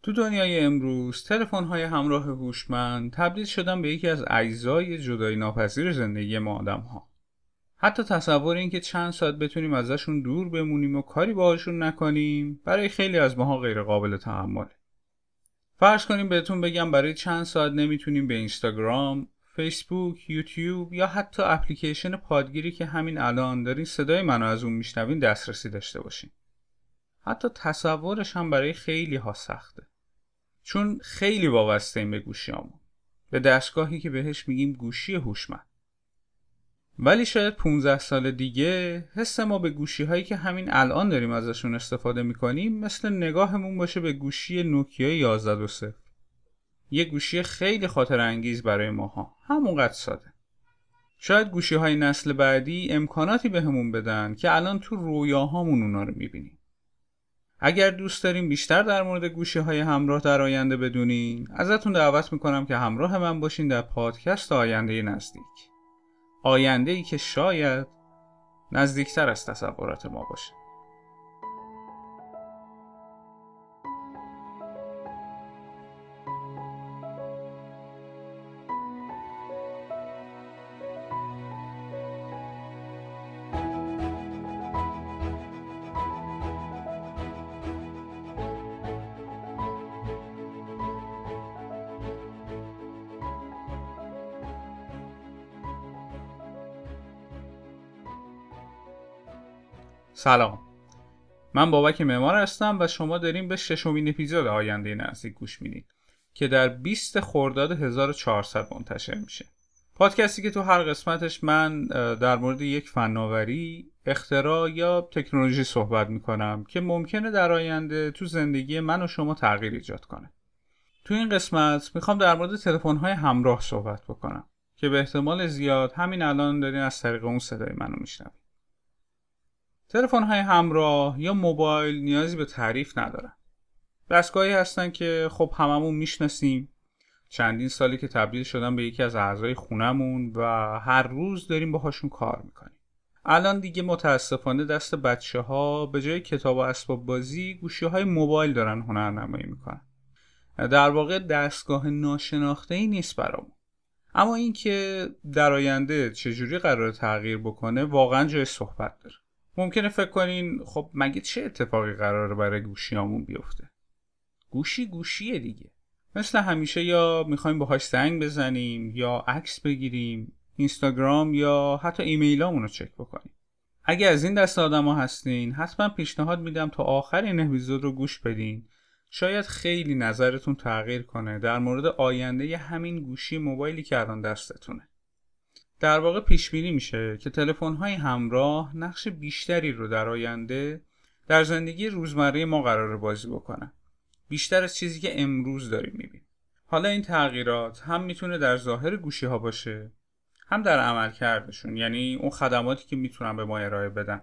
تو دنیای امروز تلفن‌های همراه هوشمند تبدیل شدن به یکی از اجزای جدایی ناپذیر زندگی ما آدم‌ها. حتی تصور این که چند ساعت بتونیم ازشون دور بمونیم و کاری باهاشون نکنیم برای خیلی از ماها غیر قابل تحمله. فرض کنیم بهتون بگم برای چند ساعت نمیتونیم به اینستاگرام، فیسبوک، یوتیوب یا حتی اپلیکیشن پادگیری که همین الان دارین صدای منو از اون میشنوین دسترسی داشته باشیم. حتی تصورش هم برای خیلی ها سخته. چون خیلی وابسته این به گوشیامون، به دستگاهی که بهش میگیم گوشی هوشمند. ولی شاید 15 سال دیگه حس ما به گوشی هایی که همین الان داریم ازشون استفاده میکنیم مثل نگاهمون باشه به گوشی نوکیا 1120. یه گوشی خیلی خاطر انگیز برای ماها، همونقدر ساده. شاید گوشی های نسل بعدی امکاناتی بهمون بدن که الان تو رویاهامون اونا رو میبینیم. اگر دوست داریم بیشتر در مورد گوشی‌های همراه در آینده بدونین، ازتون دعوت میکنم که همراه من باشین در پادکست آینده نزدیک. آینده‌ای که شاید نزدیکتر از تصورات ما باشه. سلام. من بابک معمار هستم و شما داریم به 6مین اپیزود آینده نزدیک گوش میدین که در 20 خرداد 1400 منتشر میشه. پادکستی که تو هر قسمتش من در مورد یک فناوری، اختراع یا تکنولوژی صحبت میکنم که ممکنه در آینده تو زندگی من و شما تغییر ایجاد کنه. تو این قسمت میخوام در مورد تلفن‌های همراه صحبت بکنم که به احتمال زیاد همین الان دارین از طریق اون صدای منو میشنوید. تلفن‌های همراه یا موبایل نیازی به تعریف ندارن. دستگاهی هستن که خب هممون میشناسیم. چندین سالی که تبدیل شدن به یکی از اعضای خونمون و هر روز داریم باهاشون کار میکنیم. الان دیگه متاسفانه دست بچه‌ها به جای کتاب و اسباب بازی گوشی‌های موبایل دارن هنرنمایی میکنن. در واقع دستگاه ناشناخته‌ای نیست برامون. اما این که در آینده چجوری قرار تغییر بکنه واقعا جای صحبت داره. ممکنه فکر کنین خب مگه چه اتفاقی قراره برای گوشیامون بیفته؟ گوشیه دیگه. مثل همیشه یا میخوایم باهاش زنگ بزنیم یا عکس بگیریم، اینستاگرام یا حتی ایمیلامون رو چک بکنیم. اگه از این دست آدما هستین حتما پیشنهاد میدم تا آخر این اپیزود رو گوش بدین. شاید خیلی نظرتون تغییر کنه در مورد آینده همین گوشی موبایلی که الان دستتونه. در واقع پیش بینی میشه که تلفن‌های همراه نقش بیشتری رو در آینده در زندگی روزمره ما قراره بازی بکنن. بیشتر از چیزی که امروز داریم میبینیم. حالا این تغییرات هم میتونه در ظاهر گوشی‌ها باشه، هم در عملکردشون، یعنی اون خدماتی که میتونن به ما ارائه بدن.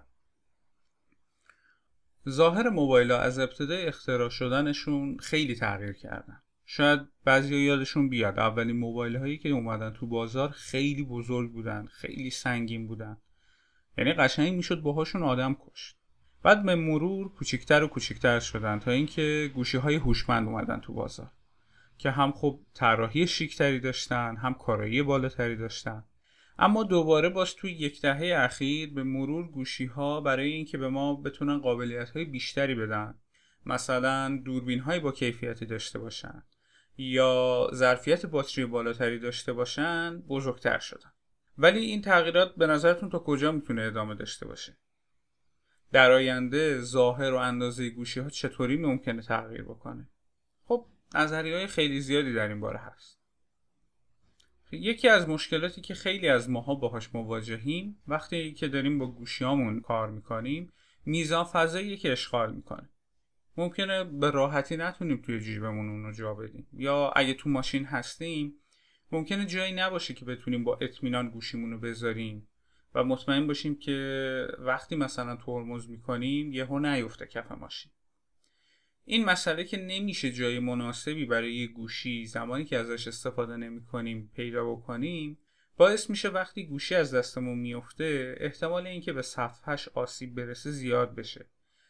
ظاهر موبایل‌ها از ابتدای اختراع شدنشون خیلی تغییر کردن. شاید بعضیا یادشون بیاد اولین موبایل هایی که اومدن تو بازار خیلی بزرگ بودن، خیلی سنگین بودن، یعنی قشنگ میشد باهاشون آدم کشت. بعد به مرور کوچیکتر و کوچیکتر شدن تا اینکه گوشی های هوشمند اومدن تو بازار که هم خب طراحی شیکتری داشتن، هم کارایی بالاتری داشتن. اما دوباره باز توی یک دهه اخیر به مرور گوشی ها برای اینکه به ما بتونن قابلیت های بیشتری بدن، مثلا دوربین های با کیفیتی داشته باشن یا ظرفیت باتری بالاتری داشته باشن، بزرگتر شدن. ولی این تغییرات به نظرتون تا کجا میتونه ادامه داشته باشه؟ در آینده ظاهر و اندازه گوشی ها چطوری ممکنه تغییر بکنه؟ خب نظریه‌های خیلی زیادی در این باره هست. یکی از مشکلاتی که خیلی از ماها باهاش مواجهیم وقتی که داریم با گوشیامون کار میکنیم، میزان فضاییه که اشغال میکنه. ممکنه به راحتی نتونیم توی جیبمون اون رو جا بدیم، یا اگه تو ماشین هستیم ممکنه جایی نباشه که بتونیم با اطمینان گوشیمون رو بذاریم و مطمئن باشیم که وقتی مثلا ترمز میکنیم یهو نیفته کف ماشین. این مسئله که نمیشه جای مناسبی برای یه گوشی زمانی که ازش استفاده نمی‌کنیم پیدا بکنیم، باعث میشه وقتی گوشی از دستمون میفته احتمال اینکه به صفحه‌اش آسیب برسه زیاد بشه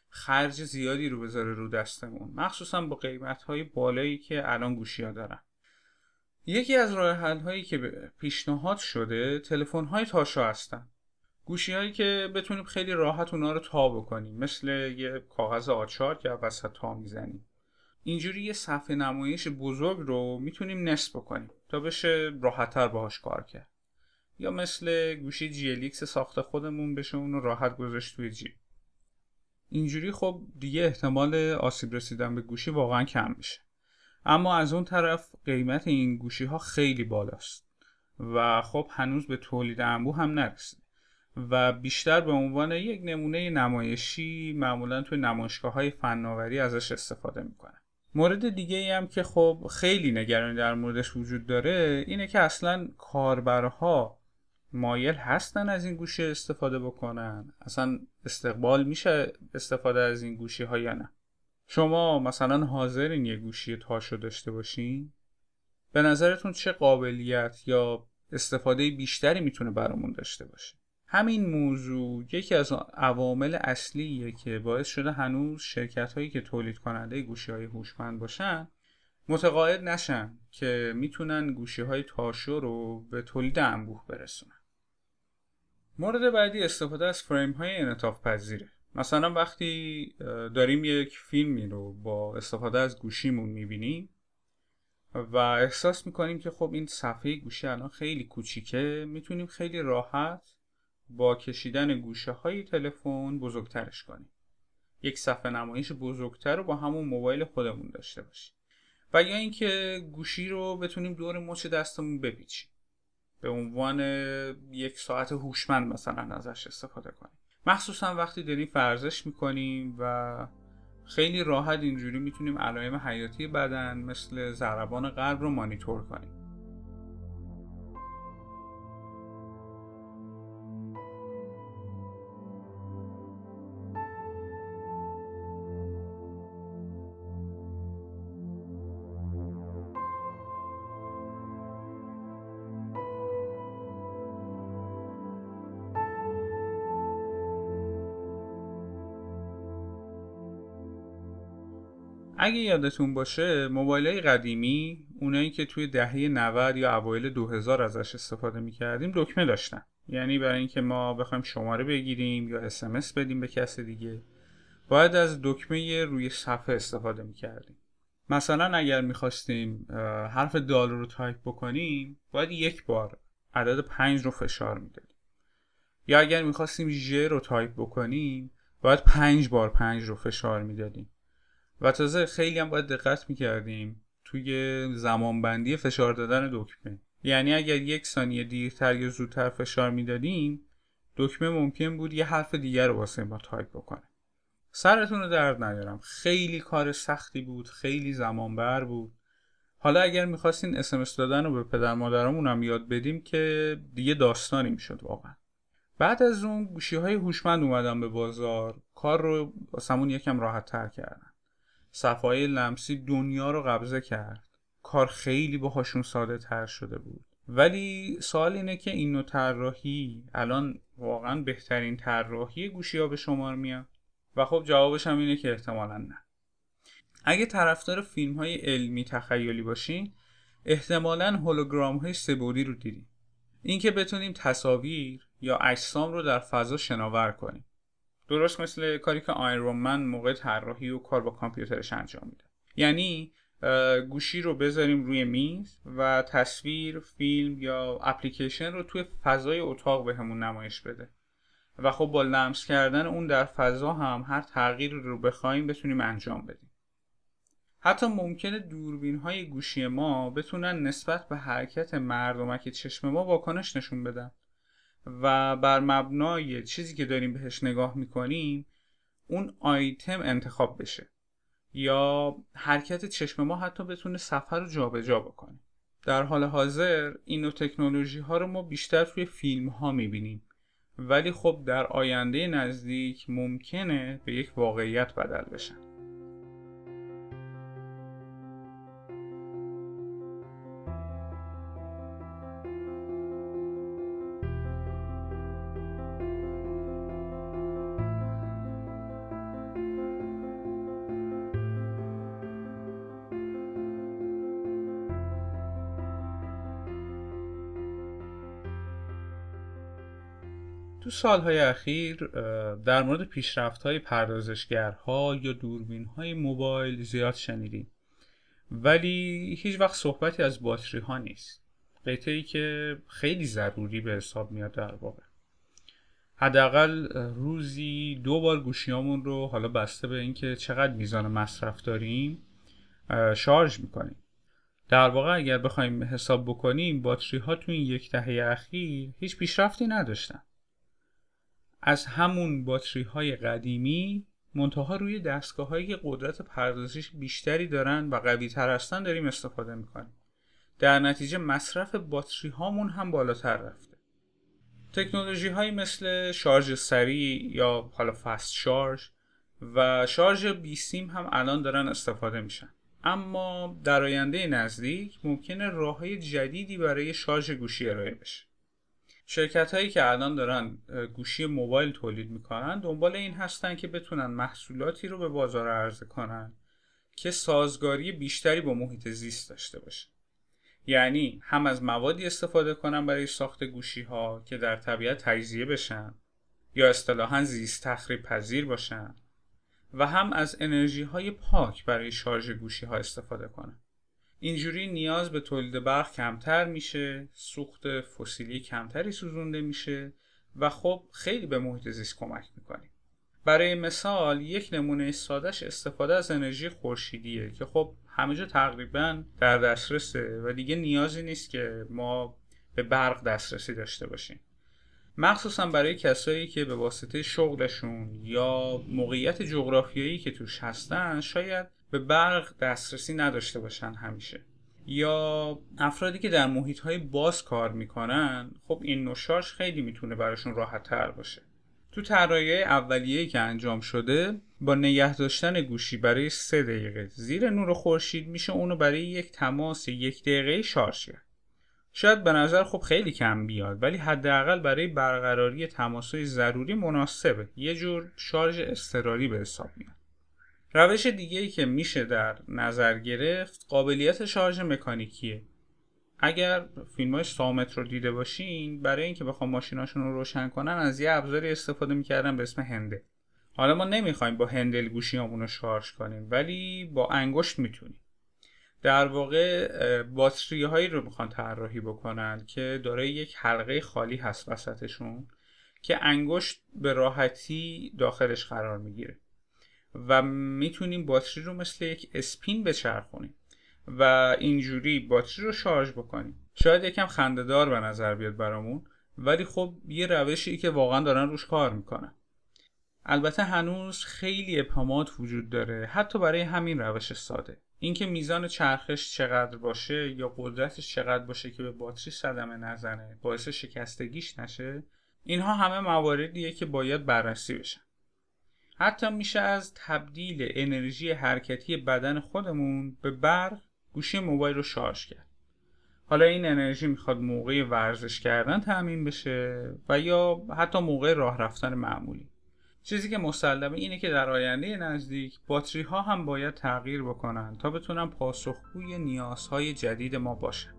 خرج زیادی رو بذاره رو دستمون، مخصوصا با قیمت‌های بالایی که الان گوشی‌ها دارن. یکی از راه حل‌هایی که پیشنهاد شده تلفن‌های تاشو هستن. گوشی‌هایی که بتونیم خیلی راحت اونا رو تا بکنیم، مثل یه کاغذ آچار که وسط تا میزنیم. اینجوری یه صفحه نمایش بزرگ رو میتونیم نصب بکنیم تا بشه راحت‌تر باهاش کار کرد. یا مثل گوشی GLX ساخت خودمون بشه اون رو راحت گذاشت توی جیب. اینجوری خب دیگه احتمال آسیب رسیدن به گوشی واقعا کم میشه. اما از اون طرف قیمت این گوشی ها خیلی بالاست و خب هنوز به تولید انبوه هم نرسیده و بیشتر به عنوان یک نمونه نمایشی معمولا توی نمایشگاه‌های فناوری ازش استفاده میکنن. مورد دیگه ای هم که خب خیلی نگرانی در موردش وجود داره اینه که اصلا کاربرها مایل هستن از این گوشی استفاده بکنن، اصلا استقبال میشه استفاده از این گوشی ها یا نه. شما مثلا حاضرین یه گوشی تاشو داشته باشین؟ به نظرتون چه قابلیت یا استفاده بیشتری میتونه برامون داشته باشه؟ همین موضوع یکی از عوامل اصلیه که باعث شده هنوز شرکت هایی که تولید کننده گوشی های هوشمند باشن متقاعد نشن که میتونن گوشی های تاشو رو به تولید انبوه برسونن. مورد بعدی استفاده از فریم های انعطاف پذیره. مثلا وقتی داریم یک فیلمی رو با استفاده از گوشیمون میبینیم و احساس میکنیم که خب این صفحه گوشی الان خیلی کوچیکه، میتونیم خیلی راحت با کشیدن گوشه های تلفن بزرگترش کنیم. یک صفحه نمایش بزرگتر رو با همون موبایل خودمون داشته باشیم. و یا اینکه گوشی رو بتونیم دور مچ دستمون بپیچیم، به عنوان یک ساعت هوشمند مثلا ازش استفاده کنیم، مخصوصا وقتی داریم ورزش میکنیم و خیلی راحت اینجوری میتونیم علائم حیاتی بدن مثل ضربان قلب رو مانیتور کنیم. اگه یادتون باشه موبایل‌های قدیمی، اونایی که توی دهه 90 یا اوایل 2000 ازش استفاده می‌کردیم، دکمه داشتن. یعنی برای اینکه ما بخوایم شماره بگیریم یا SMS بدیم به کس دیگه، باید از دکمه روی صفحه استفاده می‌کردیم. مثلا اگر می‌خواستیم حرف دال رو تایپ بکنیم، باید یک بار عدد 5 رو فشار میدادیم. یا اگر می‌خواستیم ژ رو تایپ بکنیم، باید 5 بار 5 رو فشار میدادیم. و تازه خیلی هم باید دقت میکردیم توی زمانبندی فشار دادن دکمه. یعنی اگر 1 ثانیه دیرتر یا زودتر فشار میدادیم، دکمه ممکن بود یه حرف دیگر رو واسه ما تایپ بکنه. سرتون رو درد نیارم، خیلی کار سختی بود، خیلی زمان بر بود. حالا اگر میخواستین SMS دادن رو به پدر مادرمون هم یاد بدیم که دیگه داستانی میشد واقعا. بعد از اون گوشی‌های هوشمند اومدن به بازار، کار رو واسمون یکم راحت تر کردن. صفحه‌های لمسی دنیا رو قبضه کرد. کار خیلی باهاشون ساده تر شده بود. ولی سوال اینه که این نوع طراحی الان واقعا بهترین طراحی گوشی‌ها به شمار میاد؟ و خب جوابش هم اینه که احتمالاً نه. اگه طرفدار فیلم‌های علمی تخیلی باشین، احتمالاً هولوگرام‌های سه‌بعدی رو دیدین. اینکه بتونیم تصاویر یا اجسام رو در فضا شناور کنیم. درست مثل کاری که آیرون من موقع طراحی و کار با کامپیوترش انجام میده. یعنی گوشی رو بذاریم روی میز و تصویر، فیلم یا اپلیکیشن رو توی فضای اتاق بهمون نمایش بده. و خب با لمس کردن اون در فضا هم هر تغییری رو بخوایم بتونیم انجام بدیم. حتی ممکنه دوربین‌های گوشی ما بتونن نسبت به حرکت مردمک چشم ما واکنش نشون بدن و بر مبنای چیزی که داریم بهش نگاه میکنیم اون آیتم انتخاب بشه یا حرکت چشم ما حتی بتونه صفحه رو جابجا بکنه. در حال حاضر این نوع تکنولوژی ها رو ما بیشتر توی فیلم ها میبینیم، ولی خب در آینده نزدیک ممکنه به یک واقعیت بدل بشن. تو سالهای اخیر در مورد پیشرفت‌های پردازشگرها یا دوربین‌های موبایل زیاد شنیدیم، ولی هیچ وقت صحبتی از باتری ها نیست. قطعه‌ای که خیلی ضروری به حساب میاد در واقع. حداقل روزی 2 بار گوشیامون رو، حالا بسته به اینکه چقدر میزان مصرف داریم، شارژ میکنیم. در واقع اگر بخوایم حساب بکنیم باتری ها تو این 1 دهه اخیر هیچ پیشرفتی نداشتن. از همون باتری های قدیمی منتها روی دستگاه هایی که قدرت پردازش بیشتری دارن و قوی تر هستن داریم استفاده میکنیم. در نتیجه مصرف باتری هامون هم بالاتر رفته. تکنولوژی هایی مثل شارژ سریع یا حالا فست شارژ و شارژ بی سیم هم الان دارن استفاده میشن. اما در آینده نزدیک ممکنه راههای جدیدی برای شارژ گوشی ارائه بشه. شرکت هایی که الان دارن گوشی موبایل تولید میکنن دنبال این هستن که بتونن محصولاتی رو به بازار عرضه کنن که سازگاری بیشتری با محیط زیست داشته باشه. یعنی هم از موادی استفاده کنن برای ساخت گوشی ها که در طبیعت تجزیه بشن یا اصطلاحاً زیست تخریب پذیر باشن و هم از انرژی های پاک برای شارژ گوشی ها استفاده کنن. اینجوری نیاز به تولید برق کمتر میشه، سوخت فسیلی کمتری سوزونده میشه و خب خیلی به محیط زیست کمک میکنه. برای مثال یک نمونه سادهش استفاده از انرژی خورشیدیه که خب همه جا تقریبا در دسترسه و دیگه نیازی نیست که ما به برق دسترسی داشته باشیم. مخصوصا برای کسایی که به واسطه شغلشون یا موقعیت جغرافیایی که توش هستن شاید به برق دسترسی نداشته باشن همیشه، یا افرادی که در محیط‌های باز کار میکنن، خب این نوع شارژ خیلی میتونه براشون راحت تر باشه. تو طراحی‌های اولیه‌ای که انجام شده با نگه داشتن گوشی برای 3 دقیقه زیر نور خورشید میشه اونو برای یک تماس 1 دقیقه شارژ کرد. شاید به نظر خب خیلی کم بیاد، ولی حداقل برای برقراری تماس‌های ضروری مناسبه. یه جور شارژ اضطراری به حساب میاد. روش دیگه‌ای که میشه در نظر گرفت قابلیت شارژ مکانیکیه. اگر فیلم‌های سامت رو دیده باشین، برای اینکه بخوام ماشیناشون رو روشن کنن از یه ابزاری استفاده می‌کردن به اسم هندل. حالا ما نمی‌خوایم با هندل گوشیامون رو شارژ کنیم، ولی با انگشت میتونیم. در واقع باتری هایی رو میخوان طراحی بکنن که دارای یک حلقه خالی هست وسطشون که انگشت به راحتی داخلش قرار میگیره و میتونیم باتری رو مثل یک اسپین بچرخونیم و اینجوری باتری رو شارژ بکنیم. شاید یکم خنده‌دار به نظر بیاد برامون، ولی خب یه روشی که واقعا دارن روش کار میکنن. البته هنوز خیلی ابهامات وجود داره حتی برای همین روش ساده. اینکه میزان چرخش چقدر باشه یا قدرتش چقدر باشه که به باتری صدمه نزنه، باعث شکستگیش نشه، اینها همه مواردیه که باید بررسی بشن. حتی میشه از تبدیل انرژی حرکتی بدن خودمون به برق گوشی موبایل رو شارژ کرد. حالا این انرژی میخواد موقع ورزش کردن تامین بشه و یا حتی موقع راه رفتن معمولی. چیزی که مسلمه اینه که در آینده نزدیک باتری ها هم باید تغییر بکنن تا بتونن پاسخگوی نیازهای جدید ما باشن.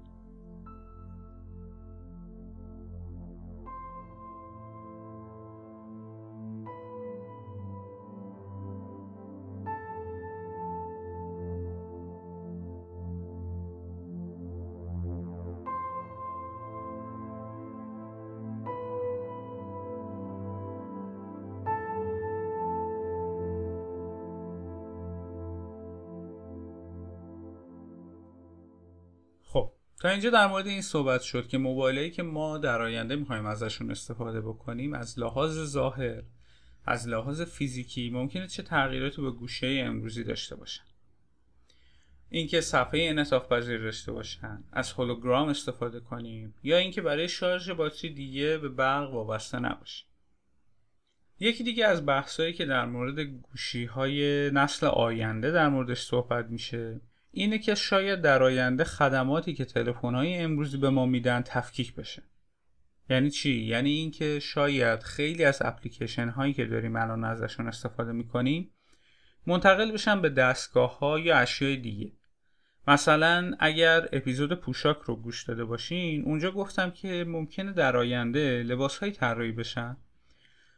خب تا اینجا در مورد این صحبت شد که موبایلایی که ما در آینده میخوایم ازشون استفاده بکنیم از لحاظ ظاهر، از لحاظ فیزیکی ممکنه چه تغییراتی به گوشه امروزی داشته باشن. اینکه صفحه انعطاف پذیر داشته باشن، از هولوگرام استفاده کنیم یا اینکه برای شارژ باتری دیگه به برق وابسته نباشه. یکی دیگه از بحثایی که در مورد گوشی‌های نسل آینده در موردش صحبت میشه اینه که شاید در آینده خدماتی که تلفن‌های امروزی به ما میدن تفکیک بشه. یعنی چی؟ یعنی اینکه شاید خیلی از اپلیکیشن هایی که داریم الان ازشون استفاده میکنیم منتقل بشن به دستگاه‌ها یا اشیاء دیگه. مثلا اگر اپیزود پوشاک رو گوش داده باشین، اونجا گفتم که ممکنه در آینده لباس‌هایی طراحی بشن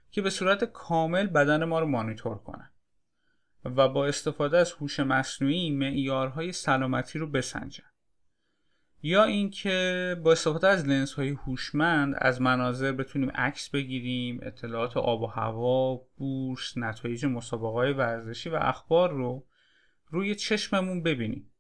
که به صورت کامل بدن ما رو مانیتور کنن و با استفاده از هوش مصنوعی معیارهای سلامتی رو بسنجن. یا اینکه با استفاده از لنزهای هوشمند از مناظر بتونیم عکس بگیریم، اطلاعات آب و هوا، بورس، نتایج مسابقات ورزشی و اخبار رو روی چشممون ببینیم.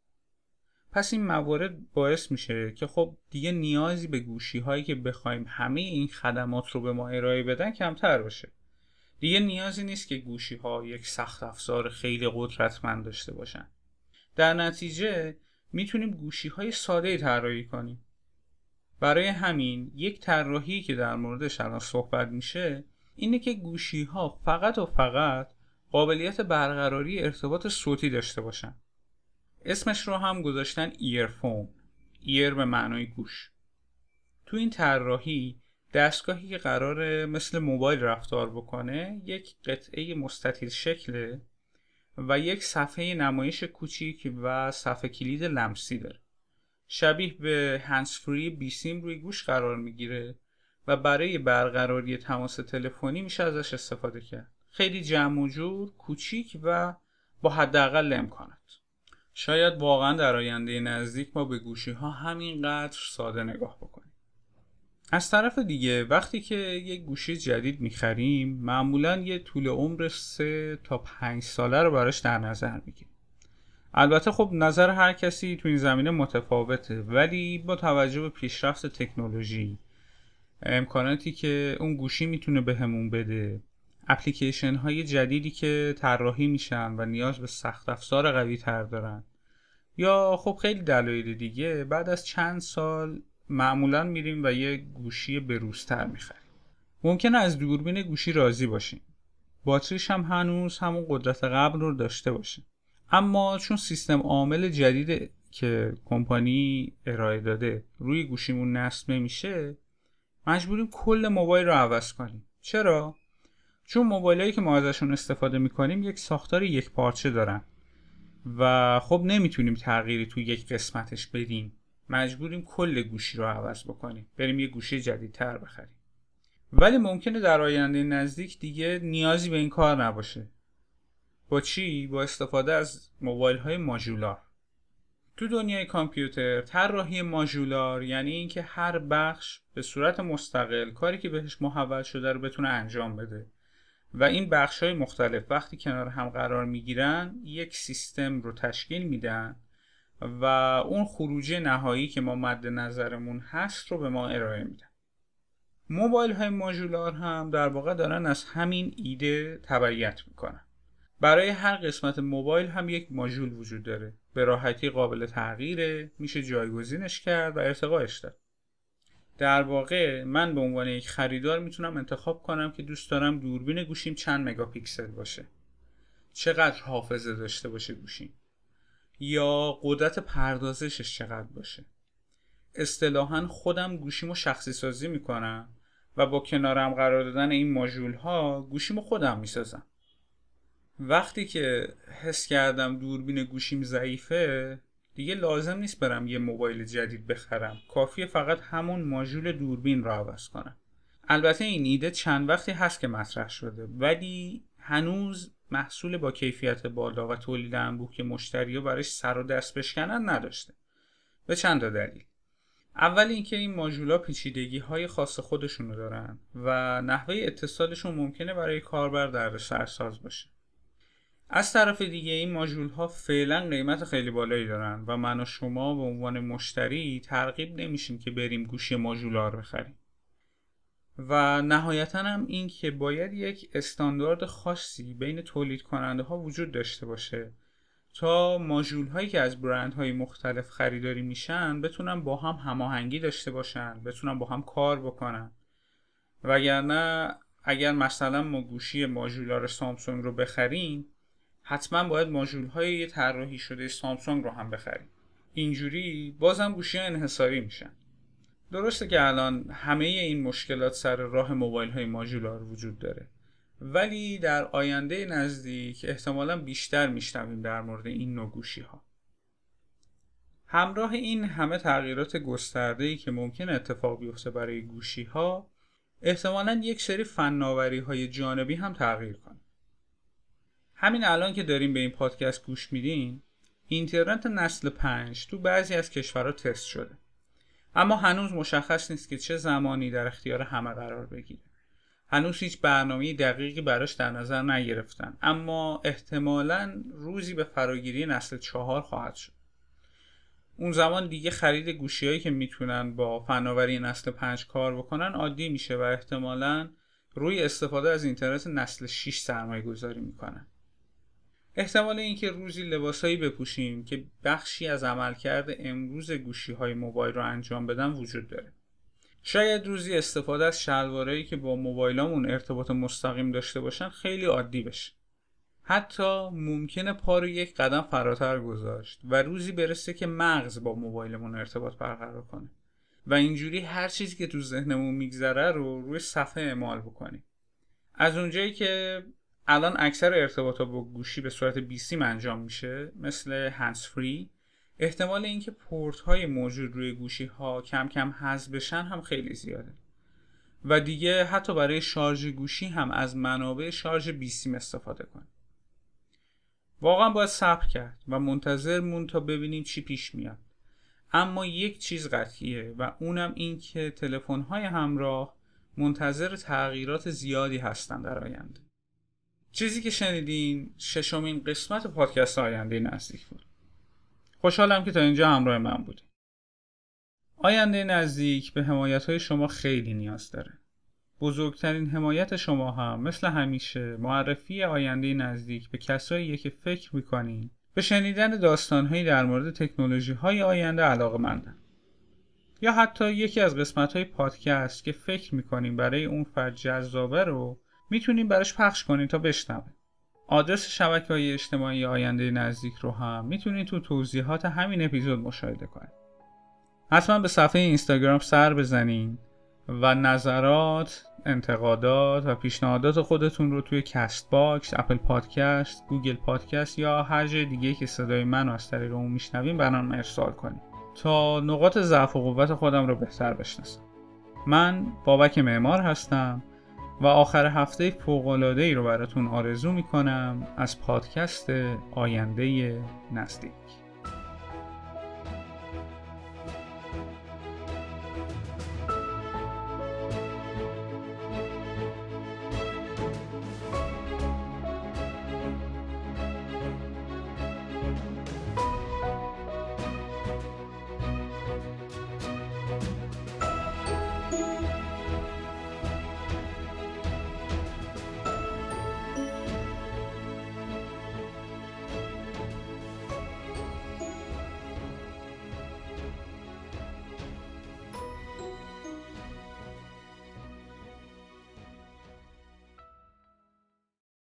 پس این موارد باعث میشه که خب دیگه نیازی به گوشی هایی که بخوایم همه این خدمات رو به ما ارائه بدن کمتر باشه. دیگه نیازی نیست که گوشی ها یک سخت افزار خیلی قدرتمند داشته باشن. در نتیجه میتونیم گوشی های ساده‌ای طراحی کنیم. برای همین یک طراحی که در موردش الان صحبت میشه اینه که گوشی ها فقط و فقط قابلیت برقراری ارتباط صوتی داشته باشن. اسمش رو هم گذاشتن ایرفون، ایر به معنای گوش. تو این طراحی دستگاهی که قراره مثل موبایل رفتار بکنه یک قطعه مستطیل شکله و یک صفحه نمایش کوچیک و صفحه کلید لمسی داره. شبیه به هندزفری بی سیم روی گوش قرار میگیره و برای برقراری تماس تلفنی میشه ازش استفاده کرد. خیلی جمع و جور، کوچیک و با حداقل امکانات. شاید واقعا در آینده نزدیک ما به گوشی ها همینقدر ساده نگاه بکنیم. از طرف دیگه وقتی که یک گوشی جدید میخریم معمولا یه طول عمر 3 تا 5 ساله رو براش در نظر میگیریم. البته خب نظر هر کسی تو این زمینه متفاوته، ولی با توجه به پیشرفت تکنولوژی، امکاناتی که اون گوشی میتونه بهمون بده، اپلیکیشن های جدیدی که طراحی میشن و نیاز به سخت افزار قوی تر دارن، یا خب خیلی دلایل دیگه، بعد از چند سال معمولا میریم و یه گوشی بروزتر میخریم. ممکنه از دوربین گوشی راضی باشیم، باتریش هم هنوز همون قدرت قبل رو داشته باشه، اما چون سیستم عامل جدید که کمپانی ارائه داده روی گوشیمون نصب نمیشه، مجبوریم کل موبایل رو عوض کنیم. چرا؟ چون موبایلایی که ما ازشون استفاده میکنیم یک ساختار یک پارچه دارن و خب نمیتونیم تغییری توی یک قسمتش بدیم. مجبوریم کل گوشی رو عوض بکنیم، بریم یه گوشی جدیدتر بخریم. ولی ممکنه در آینده نزدیک دیگه نیازی به این کار نباشه. با چی؟ با استفاده از موبایل‌های ماژولار. تو دنیای کامپیوتر طراحی ماژولار یعنی اینکه هر بخش به صورت مستقل کاری که بهش محول شده رو بتونه انجام بده و این بخش‌های مختلف وقتی کنار هم قرار میگیرن یک سیستم رو تشکیل میدن و اون خروجی نهایی که ما مد نظرمون هست رو به ما ارائه میدن. موبایل های ماژولار هم در واقع دارن از همین ایده تبعیت میکنن. برای هر قسمت موبایل هم یک ماژول وجود داره، به راحتی قابل تغییره، میشه جایگزینش کرد و ارتقاش داد. در واقع من به عنوان یک خریدار میتونم انتخاب کنم که دوست دارم دوربین گوشیم چند مگاپیکسل باشه، چقدر حافظه داشته باشه گوشیم، یا قدرت پردازشش چقدر باشه. اصطلاحاً خودم گوشیمو شخصی سازی میکنم و با کنارم قرار دادن این ماژول ها گوشیمو خودم میسازم. وقتی که حس کردم دوربین گوشیم ضعیفه دیگه لازم نیست برم یه موبایل جدید بخرم، کافیه فقط همون ماژول دوربین رو عوض کنم. البته این ایده چند وقتی هست که مطرح شده، ولی هنوز محصول با کیفیت بالا و تولید انبوه که مشتری‌ها براش سر و دست بشکنن نداشته. به چند دلیل. اول اینکه این ماژول‌ها پیچیدگی‌های خاص خودشونو دارن و نحوه اتصالشون ممکنه برای کاربر دردسرساز باشه. از طرف دیگه این ماژول‌ها فعلا قیمت خیلی بالایی دارن و من و شما به عنوان مشتری ترغیب نمیشیم که بریم گوشی ماژولار بخریم. و نهایتاً هم این که باید یک استاندارد خاصی بین تولید کننده ها وجود داشته باشه تا ماژول هایی که از برند های مختلف خریداری میشن بتونن با هم هماهنگی داشته باشن، بتونن با هم کار بکنن. وگرنه اگر مثلا ما گوشی ماژولار سامسونگ رو بخریم حتما باید ماژول های یه طراحی شده سامسونگ رو هم بخریم. اینجوری بازم گوشی ها انحصاری میشن. درسته که الان همه این مشکلات سر راه موبایل های ماژولار وجود داره، ولی در آینده نزدیک احتمالاً بیشتر میشنویم در مورد این نوع گوشی ها. همراه این همه تغییرات گسترده‌ای که ممکن اتفاق بیفته برای گوشی ها، احتمالاً یک سری فناوری‌های جانبی هم تغییر کنه. همین الان که داریم به این پادکست گوش میدین، اینترنت نسل 5 تو بعضی از کشورها تست شده. اما هنوز مشخص نیست که چه زمانی در اختیار همه قرار بگیره. هنوز هیچ برنامه‌ای دقیقی براش در نظر نگرفتن، اما احتمالاً روزی به فراگیری نسل 4 خواهد شد. اون زمان دیگه خرید گوشی‌هایی که میتونن با فناوری نسل 5 کار بکنن عادی میشه و احتمالاً روی استفاده از اینترنت نسل 6 سرمایه گذاری میکنن. احتمال اینکه روزی لباسایی بپوشیم که بخشی از عملکرد امروز گوشی‌های موبایل رو انجام بدن وجود داره. شاید روزی استفاده از شلوارایی که با موبایلامون ارتباط مستقیم داشته باشن خیلی عادی بشه. حتی ممکنه پا رو یک قدم فراتر گذاشت و روزی برسه که مغز با موبایلمون ارتباط برقرار کنه و اینجوری هر چیزی که تو ذهنمون میگذره رو روی صفحه اعمال بکنیم. از اونجایی که الان اکثر ارتباطات با گوشی به صورت بی‌سیم انجام میشه، مثل هندز فری، احتمال اینکه پورت های موجود روی گوشی ها کم کم حذف بشن هم خیلی زیاده و دیگه حتی برای شارژ گوشی هم از منابع شارژ بی‌سیم استفاده کنیم. واقعا باید صبر کرد و منتظر مون تا ببینیم چی پیش میاد. اما یک چیز قطعیه و اونم این که تلفن‌های همراه منتظر تغییرات زیادی هستن در آینده. چیزی که شنیدین 6مین قسمت پادکست آینده نزدیک بود. خوشحالم که تا اینجا همراه من بودید. آینده نزدیک به حمایت‌های شما خیلی نیاز داره. بزرگترین حمایت شما هم مثل همیشه معرفی آینده نزدیک به کساییه که فکر می‌کنین به شنیدن داستان‌هایی در مورد تکنولوژی‌های آینده علاقه‌مندن. یا حتی یکی از قسمت‌های پادکست که فکر می‌کنین برای اون فرد جذابه رو میتونین براش پخش کنین تا بشنوه. آدرس شبکه‌های اجتماعی آینده نزدیک رو هم میتونین تو توضیحات همین اپیزود مشاهده کنین. حتما به صفحه اینستاگرام سر بزنین و نظرات، انتقادات و پیشنهادات خودتون رو توی کست باکس، اپل پادکست، گوگل پادکست یا هر جای دیگه که صدای من از طریق اون میشنوین برام ارسال کنین تا نقاط ضعف و قوت خودم رو بهتر بشناسم. من بابک معمار هستم و آخر هفته فوق‌العاده‌ای رو براتون آرزو میکنم از پادکست آینده نزدیک.